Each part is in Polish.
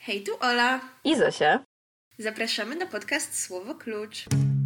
Hej, tu Ola. I Zosia. Zapraszamy na podcast Słowo Klucz.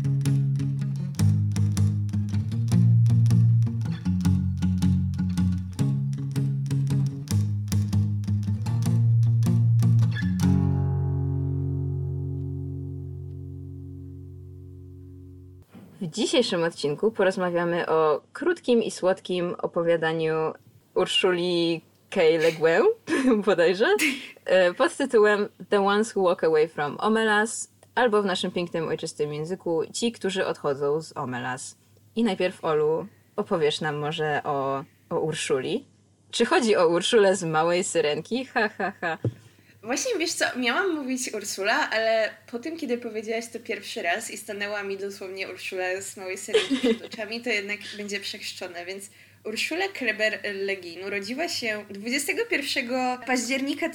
W dzisiejszym odcinku porozmawiamy o krótkim i słodkim opowiadaniu Urszuli K. Le Guin, bodajże, pod tytułem The Ones Who Walk Away from Omelas, albo w naszym pięknym ojczystym języku Ci, którzy odchodzą z Omelas. I najpierw, Olu, opowiesz nam może o Urszuli. Czy chodzi o Urszulę z Małej Syrenki? Ha, ha, ha. Właśnie, wiesz co, miałam mówić Ursula, ale po tym, kiedy powiedziałaś to pierwszy raz i stanęła mi dosłownie Urszula z Małej Syrenki przed oczami, to jednak będzie przechrzczone, więc Urszula Kleber-Le Guin urodziła się 21 października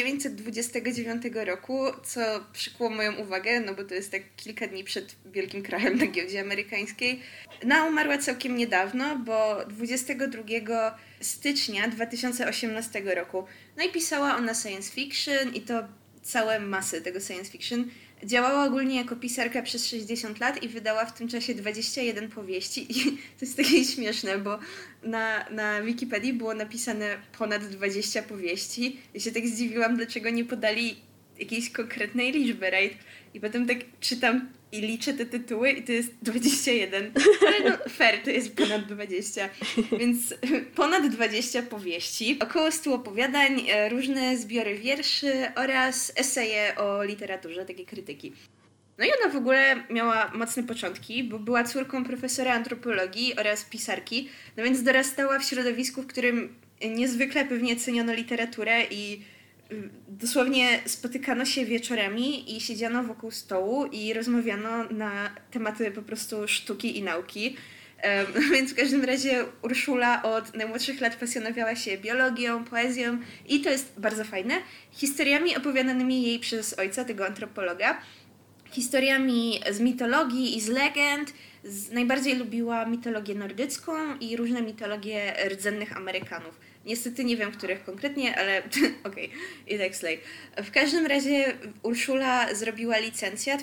1929 roku, co przykuło moją uwagę, no bo to jest tak kilka dni przed wielkim krachem na giełdzie amerykańskiej. Ona umarła całkiem niedawno, bo 22 stycznia 2018 roku. No i pisała ona science fiction i to całe masy tego science fiction. Działała ogólnie jako pisarka przez 60 lat i wydała w tym czasie 21 powieści. I to jest takie śmieszne, bo na Wikipedii było napisane ponad 20 powieści. Ja się tak zdziwiłam, dlaczego nie podali jakiejś konkretnej liczby, right? I potem tak czytam i liczę te tytuły i to jest 21. Ale no fair, to jest ponad 20. Więc ponad 20 powieści, około 100 opowiadań, różne zbiory wierszy oraz eseje o literaturze, takie krytyki. No i ona w ogóle miała mocne początki, bo była córką profesora antropologii oraz pisarki, no więc dorastała w środowisku, w którym niezwykle pewnie ceniono literaturę i dosłownie spotykano się wieczorami i siedziano wokół stołu i rozmawiano na tematy po prostu sztuki i nauki. Więc w każdym razie Urszula od najmłodszych lat pasjonowała się biologią, poezją i to jest bardzo fajne, historiami opowiadanymi jej przez ojca, tego antropologa, historiami z mitologii i z legend. Najbardziej lubiła mitologię nordycką i różne mitologie rdzennych Amerykanów. Niestety nie wiem, których konkretnie, ale okej, i tak slay. W każdym razie Urszula zrobiła licencjat w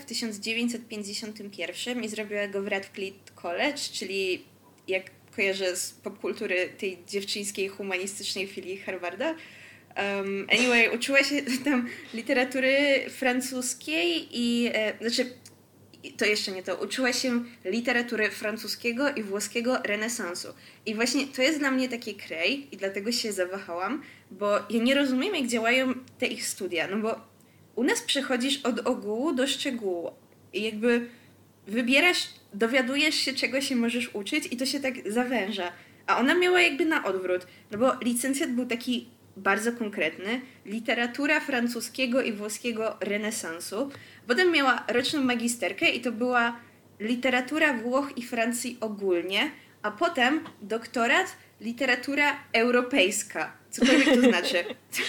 1951 i zrobiła go w Radcliffe College, czyli jak kojarzę z popkultury tej dziewczyńskiej humanistycznej filii Harvarda. Anyway, uczyła się tam literatury francuskiej i to jeszcze nie to. Uczyła się literatury francuskiego i włoskiego renesansu. I właśnie to jest dla mnie taki krej i dlatego się zawahałam, bo ja nie rozumiem, jak działają te ich studia. No bo u nas przechodzisz od ogółu do szczegółu i jakby wybierasz, dowiadujesz się, czego się możesz uczyć i to się tak zawęża. A ona miała jakby na odwrót, no bo licencjat był taki bardzo konkretny, literatura francuskiego i włoskiego renesansu. Potem miała roczną magisterkę i to była literatura Włoch i Francji ogólnie, a potem doktorat literatura europejska. Cokolwiek to znaczy.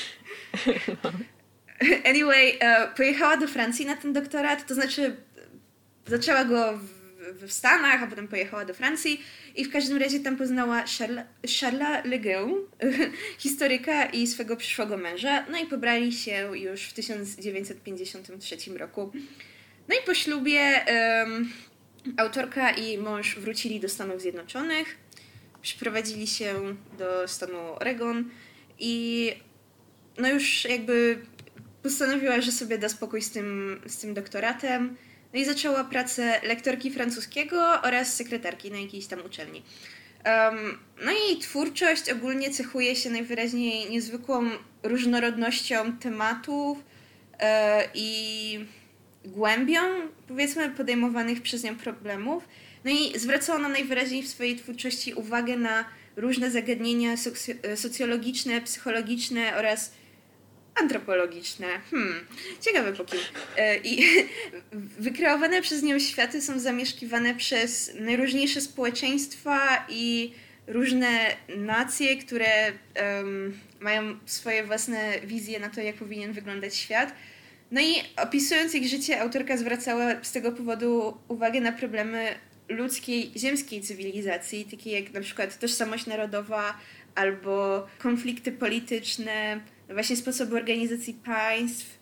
Anyway, pojechała do Francji na ten doktorat, to znaczy zaczęła go w Stanach, a potem pojechała do Francji i w każdym razie tam poznała Charlesa Le Guin, historyka i swego przyszłego męża, no i pobrali się już w 1953 roku. No i po ślubie autorka i mąż wrócili do Stanów Zjednoczonych, przyprowadzili się do stanu Oregon i no już jakby postanowiła, że sobie da spokój z tym doktoratem. No i zaczęła pracę lektorki francuskiego oraz sekretarki na jakiejś tam uczelni. No i jej twórczość ogólnie cechuje się najwyraźniej niezwykłą różnorodnością tematów i głębią, powiedzmy, podejmowanych przez nią problemów. No i zwraca ona najwyraźniej w swojej twórczości uwagę na różne zagadnienia socjologiczne, psychologiczne oraz antropologiczne. Ciekawe po kim. I wykreowane przez nią światy są zamieszkiwane przez najróżniejsze społeczeństwa i różne nacje, które mają swoje własne wizje na to, jak powinien wyglądać świat. No i opisując ich życie, autorka zwracała z tego powodu uwagę na problemy ludzkiej, ziemskiej cywilizacji, takie jak na przykład tożsamość narodowa albo konflikty polityczne, właśnie sposoby organizacji państw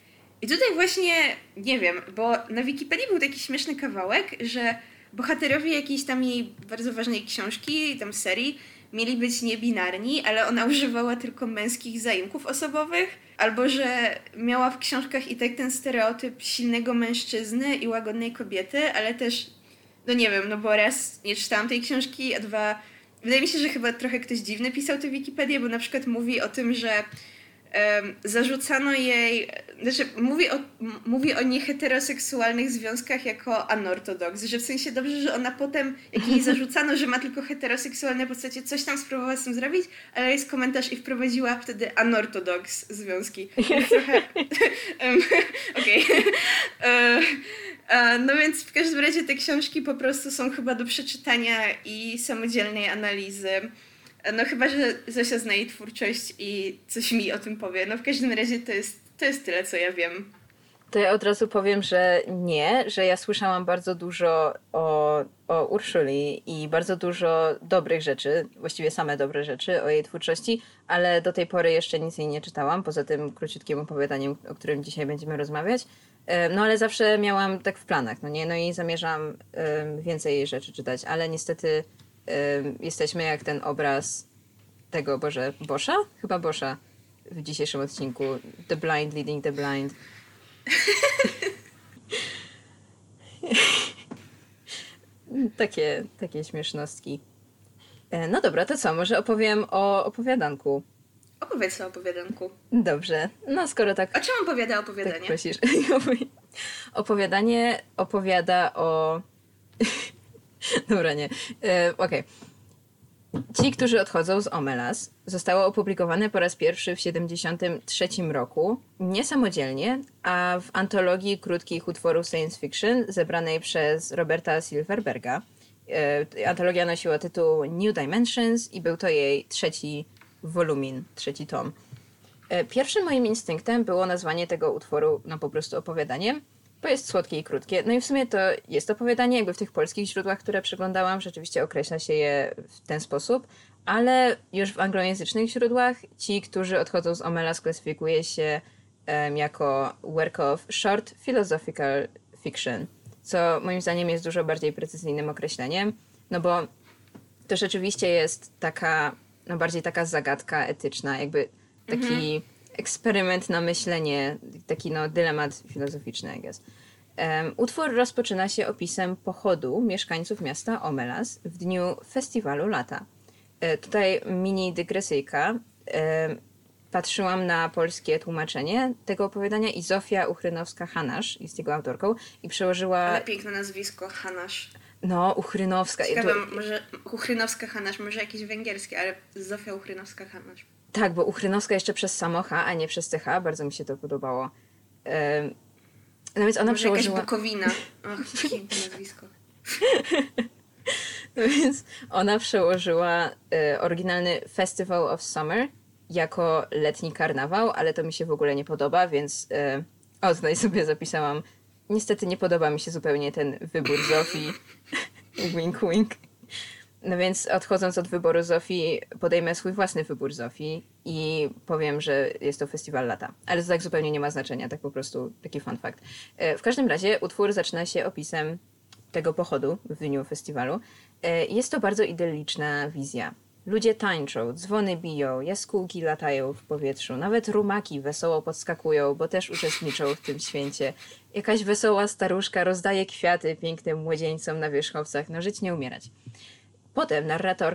I tutaj właśnie, nie wiem, bo na Wikipedii był taki śmieszny kawałek, że bohaterowie jakiejś tam jej bardzo ważnej książki, tam serii, mieli być niebinarni, ale ona używała tylko męskich zaimków osobowych, albo że miała w książkach i tak ten stereotyp silnego mężczyzny i łagodnej kobiety, ale też, no nie wiem, no bo raz nie czytałam tej książki, a dwa, wydaje mi się, że chyba trochę ktoś dziwny pisał tę Wikipedię, bo na przykład mówi o tym, że zarzucano jej, znaczy mówi o nieheteroseksualnych związkach jako anortodoks, że w sensie dobrze, że ona potem, jak jej zarzucano, że ma tylko heteroseksualne postacie, coś tam spróbowała z tym zrobić, ale jest komentarz i wprowadziła wtedy anortodoks związki. Więc trochę okej. No więc w każdym razie te książki po prostu są chyba do przeczytania i samodzielnej analizy. No chyba, że Zosia zna jej twórczość i coś mi o tym powie. No w każdym razie to jest tyle, co ja wiem. To ja od razu powiem, że nie, że ja słyszałam bardzo dużo o Urszuli i bardzo dużo dobrych rzeczy, właściwie same dobre rzeczy o jej twórczości, ale do tej pory jeszcze nic jej nie czytałam, poza tym króciutkim opowiadaniem, o którym dzisiaj będziemy rozmawiać. No ale zawsze miałam tak w planach, no nie? No i zamierzam więcej jej rzeczy czytać, ale niestety jesteśmy jak ten obraz tego, Boscha? Chyba Boscha w dzisiejszym odcinku. The Blind Leading the Blind. Takie śmiesznostki. No dobra, to co? Może opowiem o opowiadanku. Opowiedz o opowiadanku. Dobrze. No skoro tak... O czym opowiada opowiadanie? Tak prosisz. Opowiadanie opowiada o... Dobra, nie. Okej. Ci, którzy odchodzą z Omelas, zostało opublikowane po raz pierwszy w 1973 roku, nie samodzielnie, a w antologii krótkich utworów science fiction zebranej przez Roberta Silverberga. Antologia nosiła tytuł New Dimensions i był to jej trzeci wolumin, trzeci tom. Pierwszym moim instynktem było nazwanie tego utworu po prostu opowiadaniem, bo jest słodkie i krótkie. No i w sumie to jest opowiadanie, jakby w tych polskich źródłach, które przeglądałam, rzeczywiście określa się je w ten sposób, ale już w anglojęzycznych źródłach ci, którzy odchodzą z Omelas, klasyfikuje się jako work of short philosophical fiction, co moim zdaniem jest dużo bardziej precyzyjnym określeniem, no bo to rzeczywiście jest taka, no bardziej taka zagadka etyczna, jakby taki eksperyment na myślenie, taki dylemat filozoficzny, I guess. Utwór rozpoczyna się opisem pochodu mieszkańców miasta Omelas w dniu festiwalu lata. Tutaj mini dygresyjka. Patrzyłam na polskie tłumaczenie tego opowiadania i Zofia Uchrynowska-Hanasz jest jego autorką i przełożyła... Ale piękne nazwisko, Hanasz. No, Uchrynowska. Ciekawe, może Uchrynowska-Hanasz, może jakieś węgierskie, ale Zofia Uchrynowska-Hanasz. Tak, bo Uchrynowska jeszcze przez samo H, a nie przez TH. Bardzo mi się to podobało. No więc ona może przełożyła... jakaś Bukowina. Och, piękne nazwisko. No więc ona przełożyła oryginalny Festival of Summer jako letni karnawał, ale to mi się w ogóle nie podoba, więc tutaj sobie zapisałam. Niestety nie podoba mi się zupełnie ten wybór Zofii. Wink, wink. No więc odchodząc od wyboru Zofii, podejmę swój własny wybór Zofii i powiem, że jest to festiwal lata. Ale to tak zupełnie nie ma znaczenia, tak po prostu taki fun fact. W każdym razie utwór zaczyna się opisem tego pochodu w dniu festiwalu. Jest to bardzo idylliczna wizja. Ludzie tańczą, dzwony biją, jaskółki latają w powietrzu, nawet rumaki wesoło podskakują, bo też uczestniczą w tym święcie. Jakaś wesoła staruszka rozdaje kwiaty pięknym młodzieńcom na wierzchowcach, no żyć nie umierać. Potem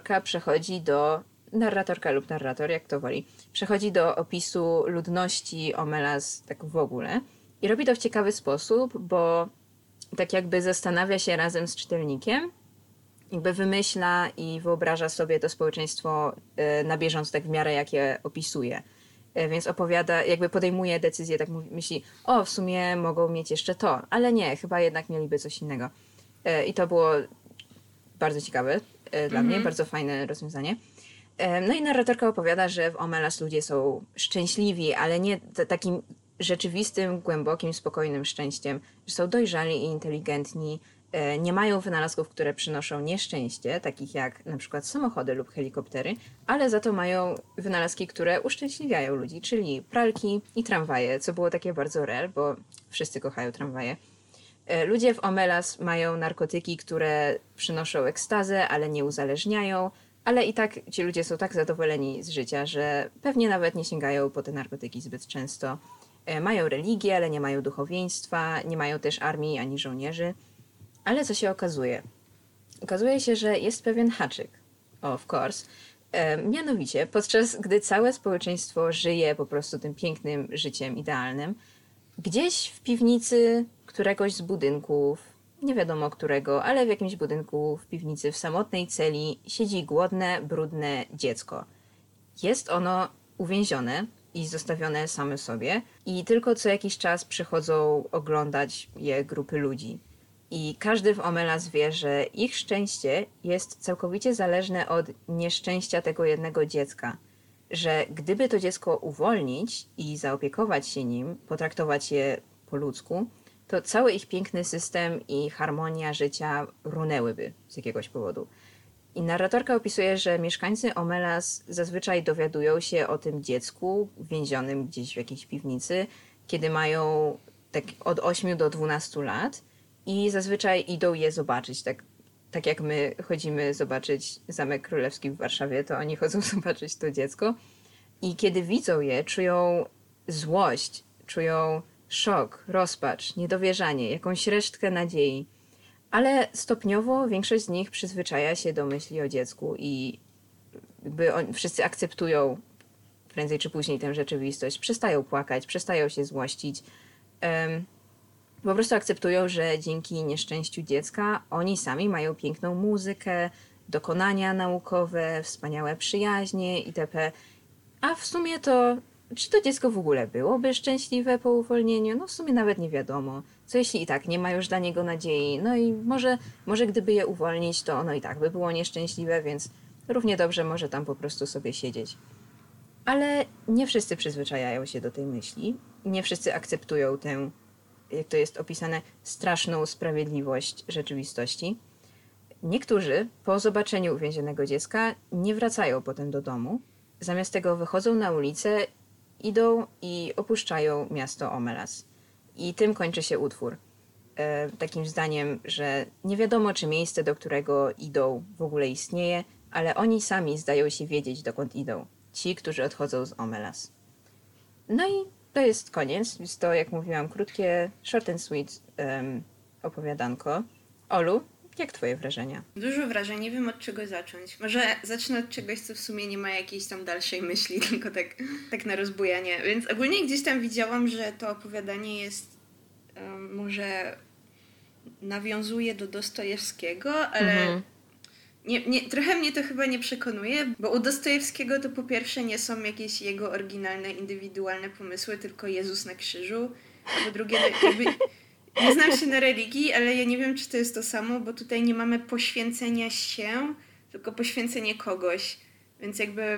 narratorka lub narrator, jak to woli, przechodzi do opisu ludności Omelas tak w ogóle i robi to w ciekawy sposób, bo tak jakby zastanawia się razem z czytelnikiem, jakby wymyśla i wyobraża sobie to społeczeństwo na bieżąco, tak w miarę jak je opisuje. Więc opowiada, jakby podejmuje decyzję, tak myśli, w sumie mogą mieć jeszcze to, ale nie, chyba jednak mieliby coś innego. I to było bardzo ciekawe dla mnie, bardzo fajne rozwiązanie. No i narratorka opowiada, że w Omelas ludzie są szczęśliwi, ale nie takim rzeczywistym, głębokim, spokojnym szczęściem, że są dojrzali i inteligentni, Nie mają wynalazków, które przynoszą nieszczęście, takich jak na przykład samochody lub helikoptery, ale za to mają wynalazki, które uszczęśliwiają ludzi, czyli pralki i tramwaje, co było takie bardzo rare, bo wszyscy kochają tramwaje. Ludzie w Omelas mają narkotyki, które przynoszą ekstazę, ale nie uzależniają, ale i tak ci ludzie są tak zadowoleni z życia, że pewnie nawet nie sięgają po te narkotyki zbyt często. Mają religię, ale nie mają duchowieństwa, nie mają też armii ani żołnierzy. Ale co się okazuje? Okazuje się, że jest pewien haczyk. Of course. Mianowicie, podczas gdy całe społeczeństwo żyje po prostu tym pięknym życiem idealnym, gdzieś w piwnicy któregoś z budynków, nie wiadomo którego, ale w jakimś budynku w piwnicy w samotnej celi siedzi głodne, brudne dziecko. Jest ono uwięzione i zostawione same sobie i tylko co jakiś czas przychodzą oglądać je grupy ludzi. I każdy w Omelas wie, że ich szczęście jest całkowicie zależne od nieszczęścia tego jednego dziecka. Że gdyby to dziecko uwolnić i zaopiekować się nim, potraktować je po ludzku, to cały ich piękny system i harmonia życia runęłyby z jakiegoś powodu. I narratorka opisuje, że mieszkańcy Omelas zazwyczaj dowiadują się o tym dziecku więzionym gdzieś w jakiejś piwnicy, kiedy mają tak od 8 do 12 lat i zazwyczaj idą je zobaczyć. Tak jak my chodzimy zobaczyć Zamek Królewski w Warszawie, to oni chodzą zobaczyć to dziecko. I kiedy widzą je, czują złość, czują szok, rozpacz, niedowierzanie, jakąś resztkę nadziei. Ale stopniowo większość z nich przyzwyczaja się do myśli o dziecku i wszyscy akceptują prędzej czy później tę rzeczywistość. Przestają płakać, przestają się złościć. Po prostu akceptują, że dzięki nieszczęściu dziecka oni sami mają piękną muzykę, dokonania naukowe, wspaniałe przyjaźnie itp. A w sumie to, czy to dziecko w ogóle byłoby szczęśliwe po uwolnieniu? No w sumie nawet nie wiadomo. Co jeśli i tak nie ma już dla niego nadziei? No i może gdyby je uwolnić, to ono i tak by było nieszczęśliwe, więc równie dobrze może tam po prostu sobie siedzieć. Ale nie wszyscy przyzwyczajają się do tej myśli. Nie wszyscy akceptują tę, jak to jest opisane, straszną sprawiedliwość rzeczywistości. Niektórzy po zobaczeniu uwięzionego dziecka nie wracają potem do domu. Zamiast tego wychodzą na ulicę, idą i opuszczają miasto Omelas. I tym kończy się utwór. Takim zdaniem, że nie wiadomo, czy miejsce, do którego idą, w ogóle istnieje, ale oni sami zdają się wiedzieć, dokąd idą. Ci, którzy odchodzą z Omelas. No i to jest koniec. Jest to, jak mówiłam, krótkie, short and sweet opowiadanko. Olu, jak twoje wrażenia? Dużo wrażeń, nie wiem od czego zacząć. Może zacznę od czegoś, co w sumie nie ma jakiejś tam dalszej myśli, tylko tak na rozbujanie. Więc ogólnie gdzieś tam widziałam, że to opowiadanie jest może nawiązuje do Dostojewskiego, ale trochę mnie to chyba nie przekonuje, bo u Dostojewskiego to po pierwsze nie są jakieś jego oryginalne, indywidualne pomysły, tylko Jezus na krzyżu. A po drugie, jakby nie znam się na religii, ale ja nie wiem, czy to jest to samo, bo tutaj nie mamy poświęcenia się, tylko poświęcenie kogoś. Więc jakby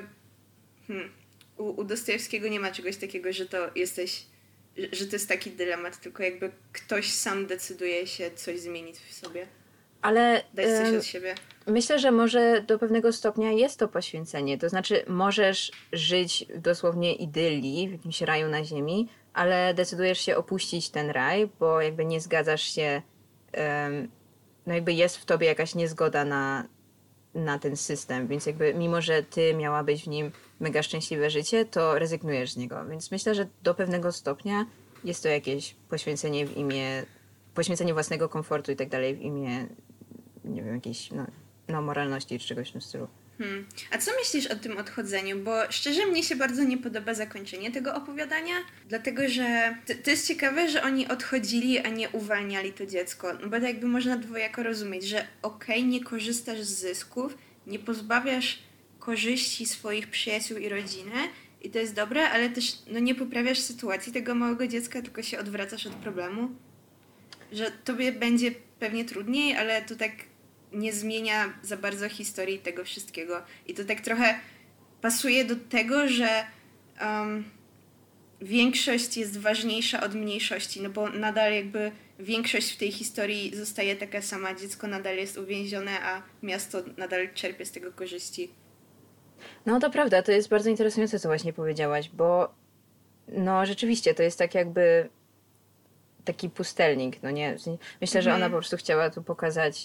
u Dostojewskiego nie ma czegoś takiego, że to jest taki dylemat, tylko jakby ktoś sam decyduje się coś zmienić w sobie. Ale dać coś od siebie. Myślę, że może do pewnego stopnia jest to poświęcenie. To znaczy możesz żyć w dosłownie idylii, w jakimś raju na ziemi, ale decydujesz się opuścić ten raj, bo jakby nie zgadzasz się, no jakby jest w tobie jakaś niezgoda na ten system, więc jakby mimo, że ty miałabyś w nim mega szczęśliwe życie, to rezygnujesz z niego. Więc myślę, że do pewnego stopnia jest to jakieś poświęcenie własnego komfortu i tak dalej w imię, nie wiem, jakiejś moralności czy czegoś w tym stylu. A co myślisz o tym odchodzeniu? Bo szczerze mnie się bardzo nie podoba zakończenie tego opowiadania, dlatego że to jest ciekawe, że oni odchodzili, a nie uwalniali to dziecko. No bo tak jakby można dwojako rozumieć, że nie korzystasz z zysków, nie pozbawiasz korzyści swoich przyjaciół i rodziny i to jest dobre, ale też nie poprawiasz sytuacji tego małego dziecka, tylko się odwracasz od problemu. Że tobie będzie pewnie trudniej, ale to tak nie zmienia za bardzo historii tego wszystkiego. I to tak trochę pasuje do tego, że większość jest ważniejsza od mniejszości, no bo nadal jakby większość w tej historii zostaje taka sama, dziecko nadal jest uwięzione, a miasto nadal czerpie z tego korzyści. No to prawda, to jest bardzo interesujące, co właśnie powiedziałaś, bo no rzeczywiście to jest tak jakby taki pustelnik, no nie? Myślę, że ona po prostu chciała tu pokazać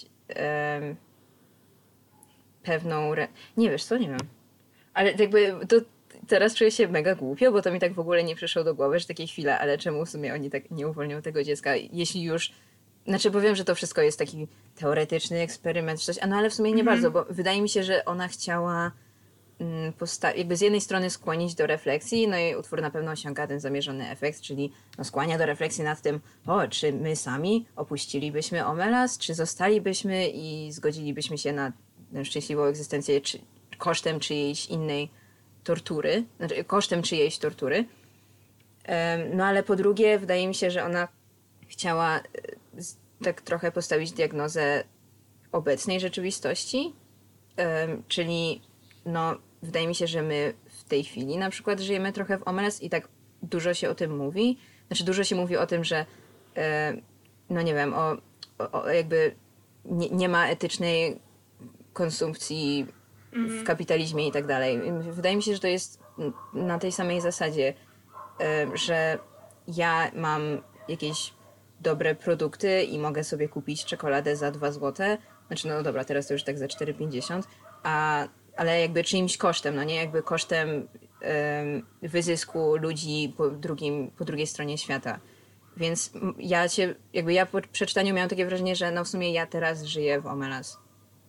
pewną... Nie wiesz co, nie wiem. Ale jakby to teraz czuję się mega głupio, bo to mi tak w ogóle nie przyszło do głowy, że takie chwile, ale czemu w sumie oni tak nie uwolnią tego dziecka, jeśli już... Znaczy, bo wiem, że to wszystko jest taki teoretyczny eksperyment, czy coś, no ale w sumie nie bardzo, bo wydaje mi się, że ona chciała jakby z jednej strony skłonić do refleksji, no i utwór na pewno osiąga ten zamierzony efekt, czyli no skłania do refleksji nad tym, czy my sami opuścilibyśmy Omelas, czy zostalibyśmy i zgodzilibyśmy się na tę szczęśliwą egzystencję kosztem czyjejś innej tortury, znaczy kosztem czyjejś tortury. No ale po drugie, wydaje mi się, że ona chciała tak trochę postawić diagnozę obecnej rzeczywistości, czyli no wydaje mi się, że my w tej chwili na przykład żyjemy trochę w Omelas i tak dużo się o tym mówi. Znaczy dużo się mówi o tym, że no nie wiem, jakby nie ma etycznej konsumpcji w kapitalizmie i tak dalej. Wydaje mi się, że to jest na tej samej zasadzie, że ja mam jakieś dobre produkty i mogę sobie kupić czekoladę za 2 złote. Znaczy, no dobra, teraz to już tak za 4,50, ale jakby czyimś kosztem, no nie? Jakby kosztem wyzysku ludzi po drugiej stronie świata. Więc ja po przeczytaniu miałam takie wrażenie, że no w sumie ja teraz żyję w Omelas.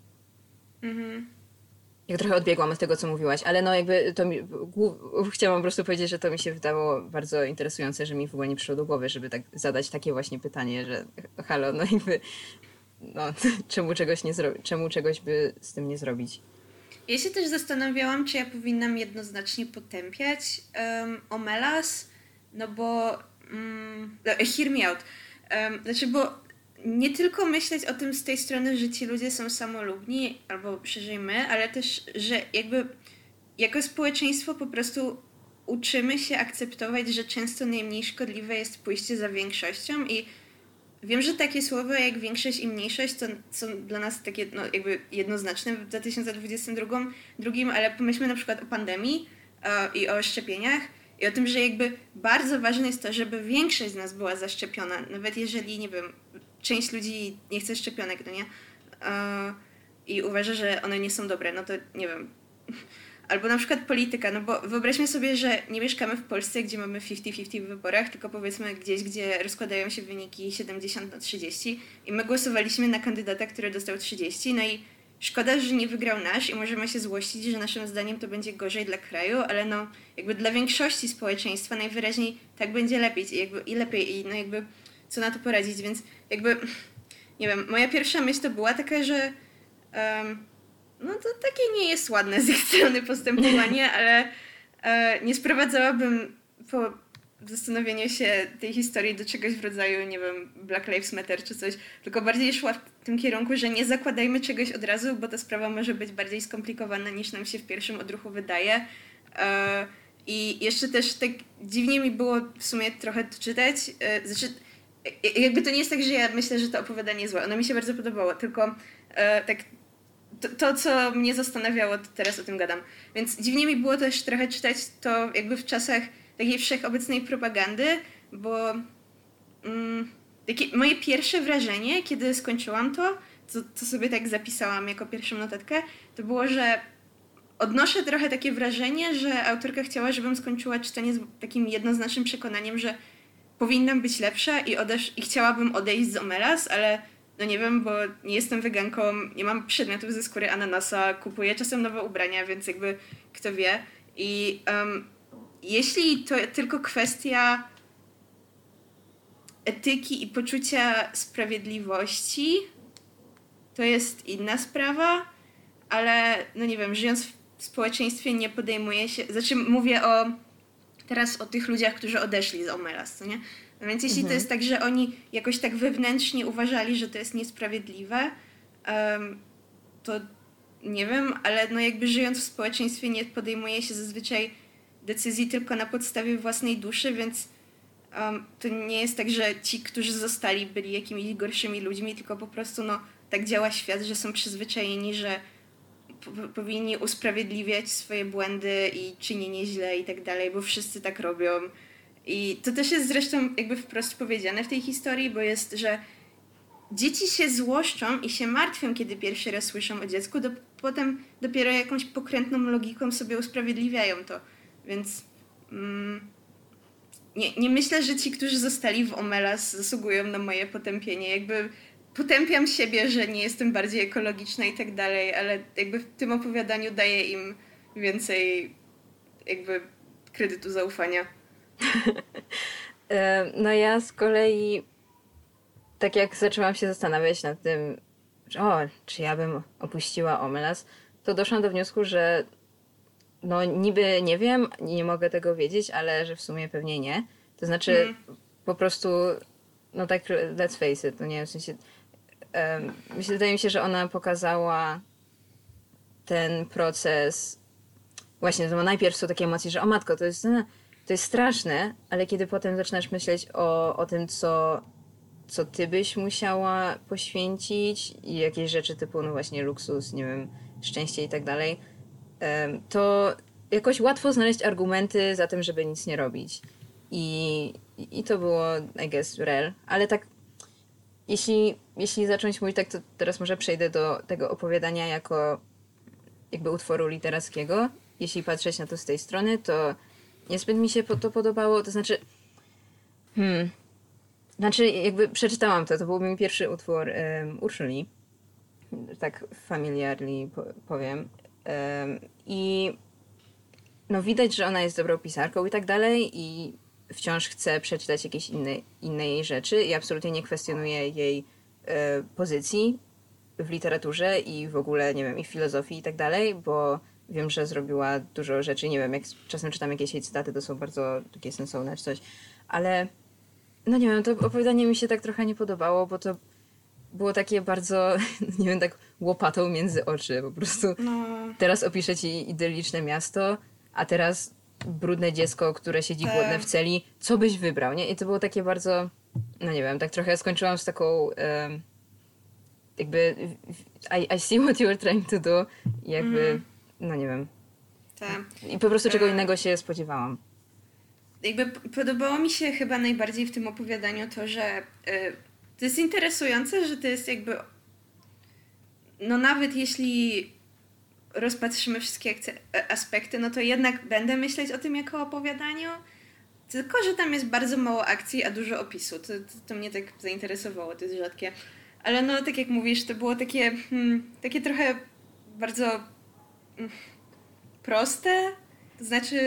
Jak trochę odbiegłam od tego, co mówiłaś, ale no jakby chciałam po prostu powiedzieć, że to mi się wydało bardzo interesujące, że mi w ogóle nie przyszło do głowy, żeby tak zadać takie właśnie pytanie, że halo, no jakby no, czemu czegoś by z tym nie zrobić? Ja się też zastanawiałam, czy ja powinnam jednoznacznie potępiać Omelas, no bo hear me out. Znaczy, bo nie tylko myśleć o tym z tej strony, że ci ludzie są samolubni, albo szerzej my, ale też, że jakby jako społeczeństwo po prostu uczymy się akceptować, że często najmniej szkodliwe jest pójście za większością i wiem, że takie słowa jak większość i mniejszość to są dla nas takie no, jakby jednoznaczne w 2022, ale pomyślmy na przykład o pandemii i o szczepieniach i o tym, że jakby bardzo ważne jest to, żeby większość z nas była zaszczepiona, nawet jeżeli, nie wiem, część ludzi nie chce szczepionek, no nie? I uważa, że one nie są dobre, no to nie wiem. Albo na przykład polityka, no bo wyobraźmy sobie, że nie mieszkamy w Polsce, gdzie mamy 50-50 w wyborach, tylko powiedzmy gdzieś, gdzie rozkładają się wyniki 70-30 i my głosowaliśmy na kandydata, który dostał 30, no i szkoda, że nie wygrał nasz i możemy się złościć, że naszym zdaniem to będzie gorzej dla kraju, ale no jakby dla większości społeczeństwa najwyraźniej tak będzie lepiej i lepiej i no jakby co na to poradzić, więc jakby nie wiem, moja pierwsza myśl to była taka, że no to takie nie jest ładne z ich strony postępowanie, ale nie sprowadzałabym po zastanowieniu się tej historii do czegoś w rodzaju, nie wiem, Black Lives Matter czy coś, tylko bardziej szła w tym kierunku, że nie zakładajmy czegoś od razu, bo ta sprawa może być bardziej skomplikowana niż nam się w pierwszym odruchu wydaje. I jeszcze też tak dziwnie mi było w sumie trochę to czytać, znaczy jakby to nie jest tak, że ja myślę, że to opowiadanie złe, ono mi się bardzo podobało, tylko tak to, co mnie zastanawiało, to teraz o tym gadam. Więc dziwnie mi było też trochę czytać to jakby w czasach takiej wszechobecnej propagandy, bo takie moje pierwsze wrażenie, kiedy skończyłam to sobie tak zapisałam jako pierwszą notatkę, to było, że odnoszę trochę takie wrażenie, że autorka chciała, żebym skończyła czytanie z takim jednoznacznym przekonaniem, że powinnam być lepsza i chciałabym odejść z Omelas, ale no nie wiem, bo nie jestem weganką, nie mam przedmiotów ze skóry ananasa, kupuję czasem nowe ubrania, więc jakby kto wie. I jeśli to tylko kwestia etyki i poczucia sprawiedliwości, to jest inna sprawa, ale no nie wiem, żyjąc w społeczeństwie nie podejmuje się, znaczy mówię teraz o tych ludziach, którzy odeszli z Omelas, co nie? No więc jeśli to jest tak, że oni jakoś tak wewnętrznie uważali, że to jest niesprawiedliwe, to nie wiem, ale no jakby żyjąc w społeczeństwie nie podejmuje się zazwyczaj decyzji tylko na podstawie własnej duszy, więc to nie jest tak, że ci, którzy zostali, byli jakimiś gorszymi ludźmi, tylko po prostu tak działa świat, że są przyzwyczajeni, że powinni usprawiedliwiać swoje błędy i czynienie źle i tak dalej, bo wszyscy tak robią. I to też jest zresztą jakby wprost powiedziane w tej historii, bo jest, że dzieci się złoszczą i się martwią, kiedy pierwszy raz słyszą o dziecku, potem dopiero jakąś pokrętną logiką sobie usprawiedliwiają to. Więc nie myślę, że ci, którzy zostali w Omelas, zasługują na moje potępienie. Jakby potępiam siebie, że nie jestem bardziej ekologiczna i tak dalej, ale jakby w tym opowiadaniu daję im więcej jakby kredytu zaufania. No ja z kolei tak jak zaczęłam się zastanawiać nad tym, że czy ja bym opuściła Omelas, to doszłam do wniosku, że no niby nie wiem, nie mogę tego wiedzieć, ale że w sumie pewnie nie. To znaczy po prostu, no tak let's face it, no nie wiem, w sensie wydaje mi się, że ona pokazała ten proces właśnie, no najpierw są takie emocje, że o matko, to jest straszne, ale kiedy potem zaczynasz myśleć o tym, co ty byś musiała poświęcić i jakieś rzeczy typu, no właśnie luksus, nie wiem, szczęście i tak dalej, to jakoś łatwo znaleźć argumenty za tym, żeby nic nie robić. I to było, I guess, rel. Ale tak, jeśli zacząć mówić tak, to teraz może przejdę do tego opowiadania jako jakby utworu literackiego. Jeśli patrzeć na to z tej strony, to niezbyt mi się to podobało. To znaczy, jakby przeczytałam to był mój pierwszy utwór Urszuli. Tak familiarnie powiem. I no widać, że ona jest dobrą pisarką i tak dalej i wciąż chce przeczytać jakieś inne jej rzeczy i absolutnie nie kwestionuje jej pozycji w literaturze i w ogóle, nie wiem, i w filozofii i tak dalej, bo wiem, że zrobiła dużo rzeczy, nie wiem, jak czasem czytam jakieś jej cytaty, to są bardzo takie sensowne czy coś, ale no nie wiem, to opowiadanie mi się tak trochę nie podobało, bo to było takie bardzo, nie wiem, tak łopatą między oczy, po prostu teraz opiszę ci idyliczne miasto, a teraz brudne dziecko, które siedzi głodne w celi, co byś wybrał, nie? I to było takie bardzo, no nie wiem, tak trochę skończyłam z taką jakby I see what you were trying to do i jakby, no nie wiem. I po prostu czego innego się spodziewałam. Jakby podobało mi się chyba najbardziej w tym opowiadaniu to, że to jest interesujące, że to jest jakby no nawet jeśli rozpatrzymy wszystkie aspekty, no to jednak będę myśleć o tym jako opowiadaniu, tylko że tam jest bardzo mało akcji, a dużo opisu. To mnie tak zainteresowało, to jest rzadkie. Ale no, tak jak mówisz, to było takie trochę bardzo proste. To znaczy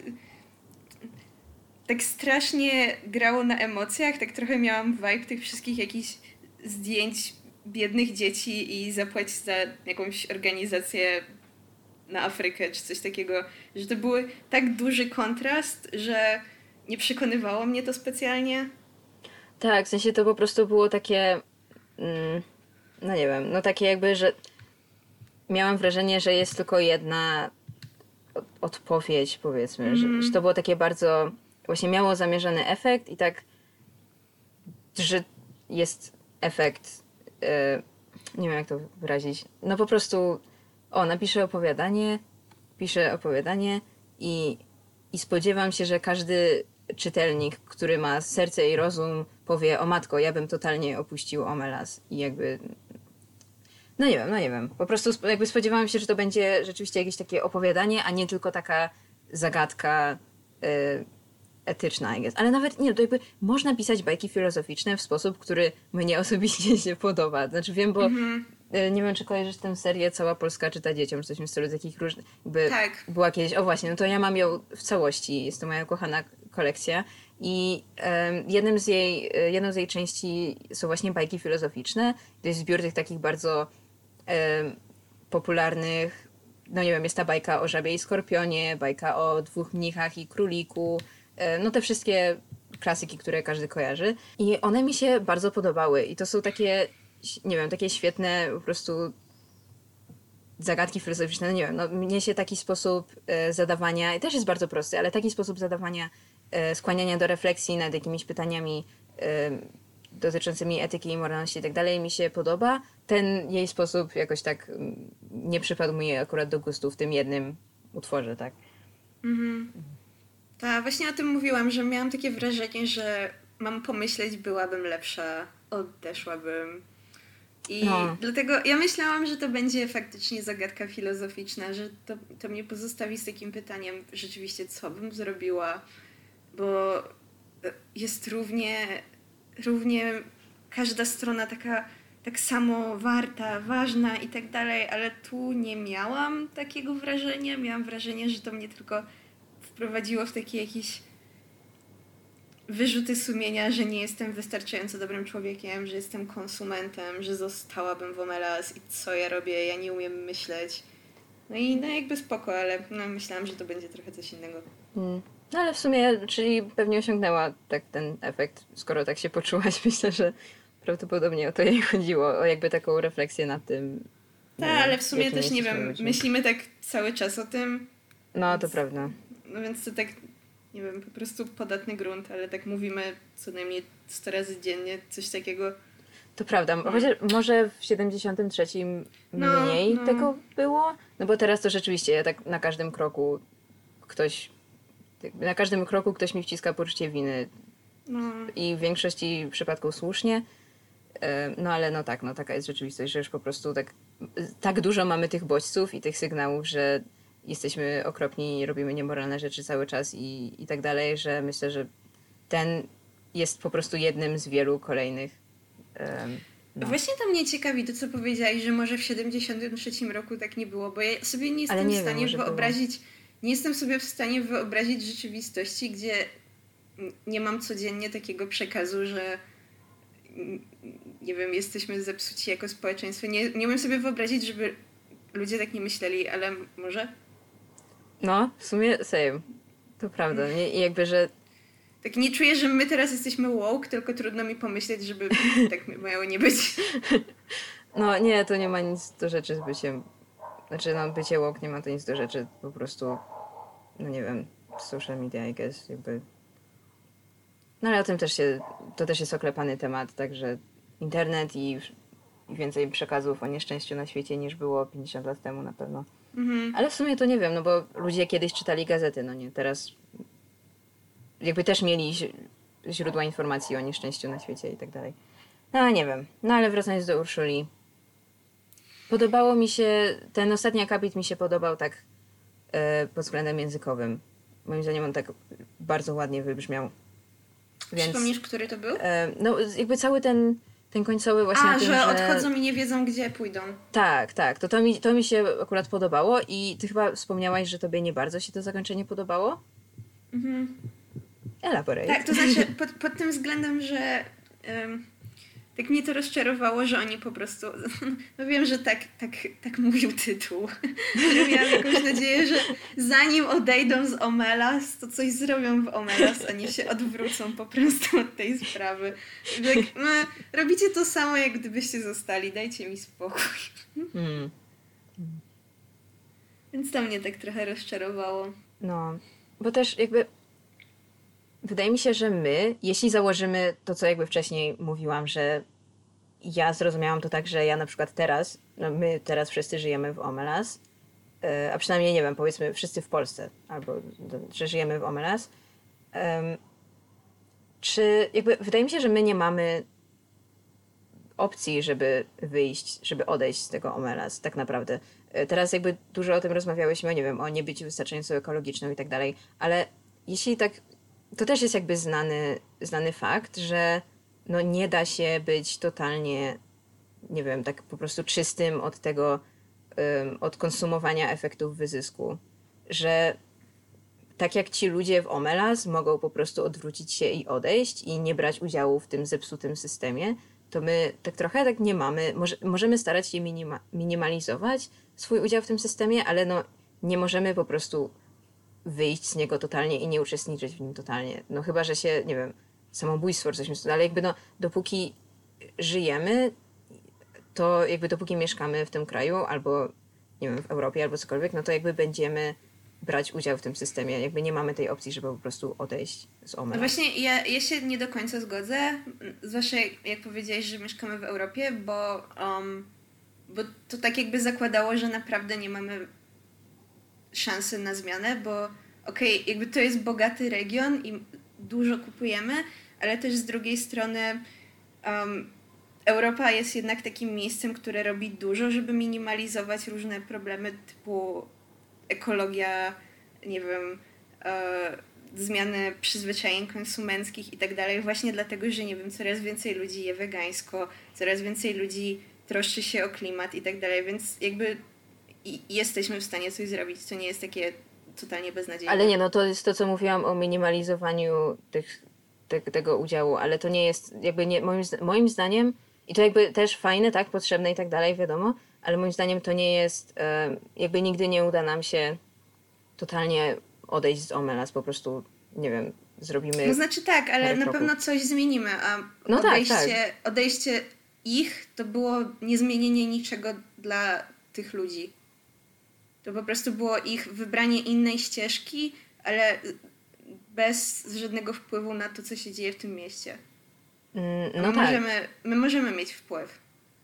tak strasznie grało na emocjach, tak trochę miałam vibe tych wszystkich jakichś zdjęć biednych dzieci i zapłać za jakąś organizację na Afrykę czy coś takiego, że to był tak duży kontrast, że nie przekonywało mnie to specjalnie. Tak, w sensie to po prostu było takie no nie wiem, no takie jakby, że miałam wrażenie, że jest tylko jedna odpowiedź, powiedzmy, że to było takie bardzo, właśnie miało zamierzony efekt i tak, że jest efekt, nie wiem jak to wyrazić, no po prostu napiszę opowiadanie i spodziewam się, że każdy czytelnik, który ma serce i rozum, powie, o matko, ja bym totalnie opuścił Omelas i jakby no nie wiem. Po prostu jakby spodziewałam się, że to będzie rzeczywiście jakieś takie opowiadanie, a nie tylko taka zagadka etyczna, I guess. Ale nawet nie, to jakby można pisać bajki filozoficzne w sposób, który mnie osobiście się podoba. Znaczy wiem, bo nie wiem, czy kojarzysz tę serię Cała Polska czyta dzieciom, czy coś w stylu takich różnych, jakby tak. Była kiedyś, o właśnie, no to ja mam ją w całości, jest to moja kochana kolekcja i jedną z jej części są właśnie bajki filozoficzne. To jest zbiór tych takich bardzo popularnych, no nie wiem, jest ta bajka o żabie i skorpionie, bajka o 2 mnichach i króliku, no te wszystkie klasyki, które każdy kojarzy. I one mi się bardzo podobały i to są takie, nie wiem, takie świetne po prostu zagadki filozoficzne, no nie wiem, no mnie się taki sposób zadawania, i też jest bardzo prosty, ale taki sposób zadawania, skłaniania do refleksji nad jakimiś pytaniami dotyczącymi etyki i moralności i tak dalej mi się podoba. Ten jej sposób jakoś tak nie przypadł mi akurat do gustu w tym jednym utworze, tak? Tak, właśnie o tym mówiłam, że miałam takie wrażenie, że mam pomyśleć, byłabym lepsza, odeszłabym. I dlatego ja myślałam, że to będzie faktycznie zagadka filozoficzna, że to mnie pozostawi z takim pytaniem rzeczywiście, co bym zrobiła, bo jest równie każda strona taka tak samo warta, ważna i tak dalej, ale tu nie miałam takiego wrażenia. Miałam wrażenie, że to mnie tylko wprowadziło w takie jakieś wyrzuty sumienia, że nie jestem wystarczająco dobrym człowiekiem, że jestem konsumentem, że zostałabym w Omelas i co ja robię, ja nie umiem myśleć. No i no jakby spoko, ale no myślałam, że to będzie trochę coś innego. No ale w sumie, czyli pewnie osiągnęła tak ten efekt, skoro tak się poczułaś. Myślę, że prawdopodobnie o to jej chodziło, o jakby taką refleksję nad tym. Tak, ale w sumie też nie wiem, myślimy tak cały czas o tym. No, to prawda. No więc to tak, nie wiem, po prostu podatny grunt, ale tak mówimy co najmniej 100 razy dziennie, coś takiego. To prawda, chociaż może w 73 mniej tego było, no bo teraz to rzeczywiście ja tak na każdym kroku ktoś mi wciska poczucie winy i w większości przypadków słusznie, no ale no tak, no taka jest rzeczywistość, że już po prostu tak dużo mamy tych bodźców i tych sygnałów, że jesteśmy okropni i robimy niemoralne rzeczy cały czas i tak dalej, że myślę, że ten jest po prostu jednym z wielu kolejnych. No. Właśnie to mnie ciekawi to, co powiedziałaś, że może w 73 roku tak nie było, bo ja sobie nie jestem w stanie wyobrazić, nie jestem sobie w stanie wyobrazić rzeczywistości, gdzie nie mam codziennie takiego przekazu, że nie wiem, jesteśmy zepsuci jako społeczeństwo. Nie umiem sobie wyobrazić, żeby ludzie tak nie myśleli, ale może? No, w sumie same. To prawda. Nie, jakby, że tak nie czuję, że my teraz jesteśmy woke, tylko trudno mi pomyśleć, żeby tak miało nie być. No nie, to nie ma nic do rzeczy z byciem. Znaczy, no bycie woke nie ma to nic do rzeczy. Po prostu, no nie wiem, social media, I guess, jakby. No ale o tym to też jest oklepany temat, także internet i więcej przekazów o nieszczęściu na świecie niż było 50 lat temu na pewno. Ale w sumie to nie wiem, no bo ludzie kiedyś czytali gazety, no nie, teraz jakby też mieli źródła informacji o nieszczęściu na świecie i tak dalej. No nie wiem. No ale wracając do Urszuli. Podobało mi się, ten ostatni akapit mi się podobał tak pod względem językowym. Moim zdaniem on tak bardzo ładnie wybrzmiał. Więc, przypomnisz, który to był? No jakby cały ten końcowy właśnie... że odchodzą i nie wiedzą, gdzie pójdą. Tak. To mi się akurat podobało i ty chyba wspomniałaś, że tobie nie bardzo się to zakończenie podobało? Elaborate. Tak, to znaczy pod tym względem, że tak mnie to rozczarowało, że oni po prostu... No wiem, że tak mówił tytuł. Ale miałam jakąś nadzieję, że zanim odejdą z Omelas, to coś zrobią w Omelas, a nie się odwrócą po prostu od tej sprawy. Tak, robicie to samo, jak gdybyście zostali. Dajcie mi spokój. Więc to mnie tak trochę rozczarowało. No, bo też jakby... Wydaje mi się, że my, jeśli założymy to, co jakby wcześniej mówiłam, że ja zrozumiałam to tak, że ja na przykład teraz, my teraz wszyscy żyjemy w Omelas, a przynajmniej, nie wiem, powiedzmy wszyscy w Polsce, albo że żyjemy w Omelas, czy jakby wydaje mi się, że my nie mamy opcji, żeby wyjść, żeby odejść z tego Omelas, tak naprawdę. Teraz jakby dużo o tym rozmawiałyśmy, nie wiem, o niebyciu wystarczająco ekologiczną i tak dalej, ale jeśli tak, to też jest jakby znany fakt, że no nie da się być totalnie, nie wiem, tak po prostu czystym od tego, od konsumowania efektów wyzysku. Że tak jak ci ludzie w Omelas mogą po prostu odwrócić się i odejść i nie brać udziału w tym zepsutym systemie, to my tak trochę tak nie mamy. Możemy starać się minimalizować swój udział w tym systemie, ale no nie możemy po prostu wyjść z niego totalnie i nie uczestniczyć w nim totalnie. No chyba, że się, nie wiem, samobójstwo czy coś, ale jakby no dopóki żyjemy, to jakby dopóki mieszkamy w tym kraju albo nie wiem, w Europie albo cokolwiek, no to jakby będziemy brać udział w tym systemie. Jakby nie mamy tej opcji, żeby po prostu odejść z No Omela. właśnie ja się nie do końca zgodzę, zwłaszcza jak powiedziałeś, że mieszkamy w Europie, bo to tak jakby zakładało, że naprawdę nie mamy szansy na zmianę, bo okej, jakby to jest bogaty region i dużo kupujemy, ale też z drugiej strony Europa jest jednak takim miejscem, które robi dużo, żeby minimalizować różne problemy typu ekologia, nie wiem, zmiany przyzwyczajeń konsumenckich i tak dalej, właśnie dlatego, że nie wiem, coraz więcej ludzi je wegańsko, coraz więcej ludzi troszczy się o klimat i tak dalej, więc jakby jesteśmy w stanie coś zrobić, to nie jest takie totalnie beznadziejne. Ale nie, no to jest to, co mówiłam o minimalizowaniu tego udziału, ale to nie jest jakby nie, moim zdaniem, i to jakby też fajne, tak, potrzebne i tak dalej, wiadomo, ale moim zdaniem to nie jest, jakby nigdy nie uda nam się totalnie odejść z Omelas, po prostu, nie wiem, zrobimy... No znaczy tak, ale na pewno coś zmienimy, a no odejście ich to było niezmienienie niczego dla tych ludzi. To po prostu było ich wybranie innej ścieżki, ale bez żadnego wpływu na to, co się dzieje w tym mieście. No my możemy mieć wpływ.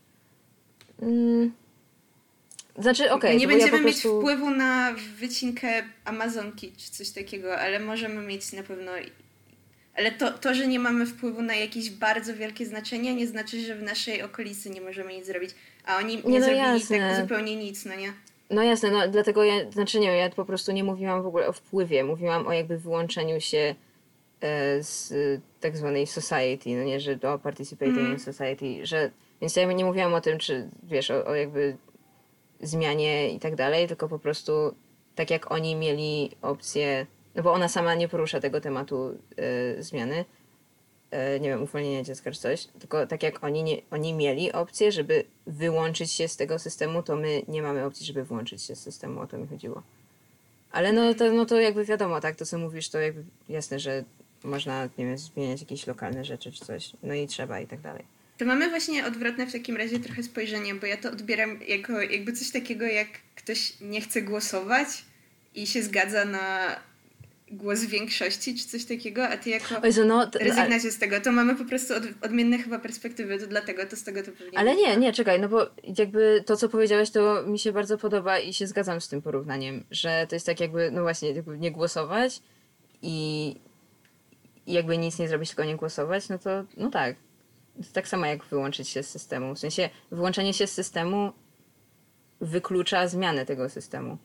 Znaczy, okej. Nie będziemy mieć wpływu na wycinkę Amazonki czy coś takiego, ale możemy mieć na pewno... Ale to, że nie mamy wpływu na jakieś bardzo wielkie znaczenie, nie znaczy, że w naszej okolicy nie możemy nic zrobić. A oni nie zrobili jasne. tak zupełnie nic, no nie? No jasne, no dlatego ja po prostu nie mówiłam w ogóle o wpływie, mówiłam o jakby wyłączeniu się z tak zwanej society, no nie, że o participating in society, że, więc ja nie mówiłam o tym, czy wiesz, o jakby zmianie i tak dalej, tylko po prostu tak jak oni mieli opcję, no bo ona sama nie porusza tego tematu zmiany, nie wiem, uwolnienia dziecka czy coś, tylko tak jak oni mieli opcję, żeby wyłączyć się z tego systemu, to my nie mamy opcji, żeby włączyć się z systemu, o to mi chodziło. Ale no to jakby wiadomo, tak, to co mówisz, to jakby jasne, że można, nie wiem, zmieniać jakieś lokalne rzeczy czy coś, no i trzeba i tak dalej. To mamy właśnie odwrotne w takim razie trochę spojrzenie, bo ja to odbieram jako jakby coś takiego, jak ktoś nie chce głosować i się zgadza na głos większości, czy coś takiego, a ty jako rezygnacie z tego. To mamy po prostu odmienne chyba perspektywy, to dlatego to z tego to pewnie... Ale nie, czekaj, no bo jakby to, co powiedziałeś, to mi się bardzo podoba i się zgadzam z tym porównaniem, że to jest tak jakby, no właśnie, jakby nie głosować i jakby nic nie zrobić, tylko nie głosować, no to, no tak. To tak samo jak wyłączyć się z systemu. W sensie wyłączenie się z systemu wyklucza zmianę tego systemu.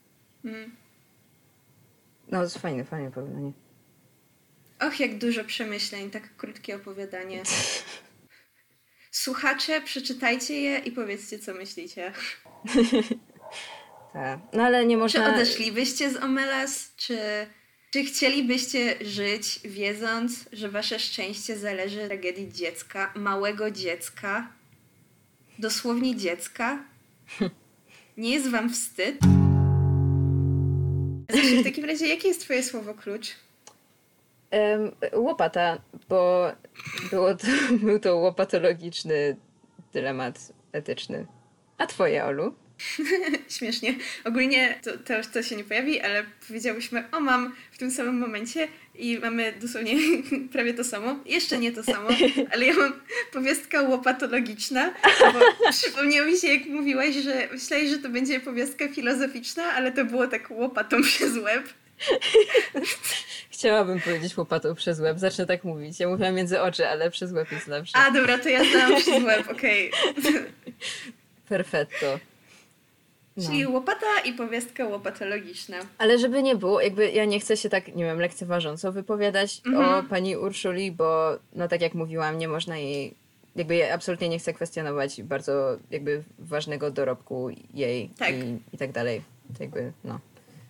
No, to jest fajne porównanie. Och, jak dużo przemyśleń, tak krótkie opowiadanie. Słuchacze, przeczytajcie je i powiedzcie, co myślicie. Tak. No ale nie można... Czy odeszlibyście z Omelas? Czy chcielibyście żyć, wiedząc, że wasze szczęście zależy od tragedii dziecka, małego dziecka, dosłownie dziecka? Nie jest wam wstyd? Zresztą w takim razie, jakie jest twoje słowo klucz? Łopata, bo był to łopatologiczny dylemat etyczny. A twoje, Olu? Śmiesznie. Ogólnie to się nie pojawi, ale powiedziałyśmy o mam w tym samym momencie i mamy dosłownie prawie to samo. Jeszcze nie to samo, ale ja mam powiestka łopatologiczna, bo przypomniało mi się, jak mówiłaś, że myślałeś, że to będzie powiestka filozoficzna, ale to było tak łopatą przez łeb. Chciałabym powiedzieć łopatą przez łeb, zacznę tak mówić. Ja mówiłam między oczy, ale przez łeb jest lepsze. A dobra, to ja znam przez łeb, okej. Perfetto. No. Czyli łopata i powiestka łopatologiczna. Ale żeby nie było, jakby ja nie chcę się tak, nie wiem, lekceważąco wypowiadać o pani Urszuli, bo no tak jak mówiłam, nie można jej, jakby ja absolutnie nie chcę kwestionować bardzo jakby ważnego dorobku jej tak. I tak dalej. To jakby, no.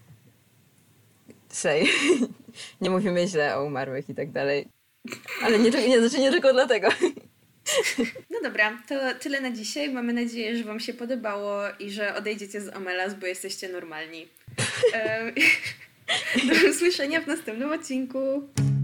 Nie mówimy źle o umarłych i tak dalej. Ale nie tylko dlatego. No dobra, to tyle na dzisiaj. Mamy nadzieję, że wam się podobało i że odejdziecie z Omelas, bo jesteście normalni. Do usłyszenia w następnym odcinku.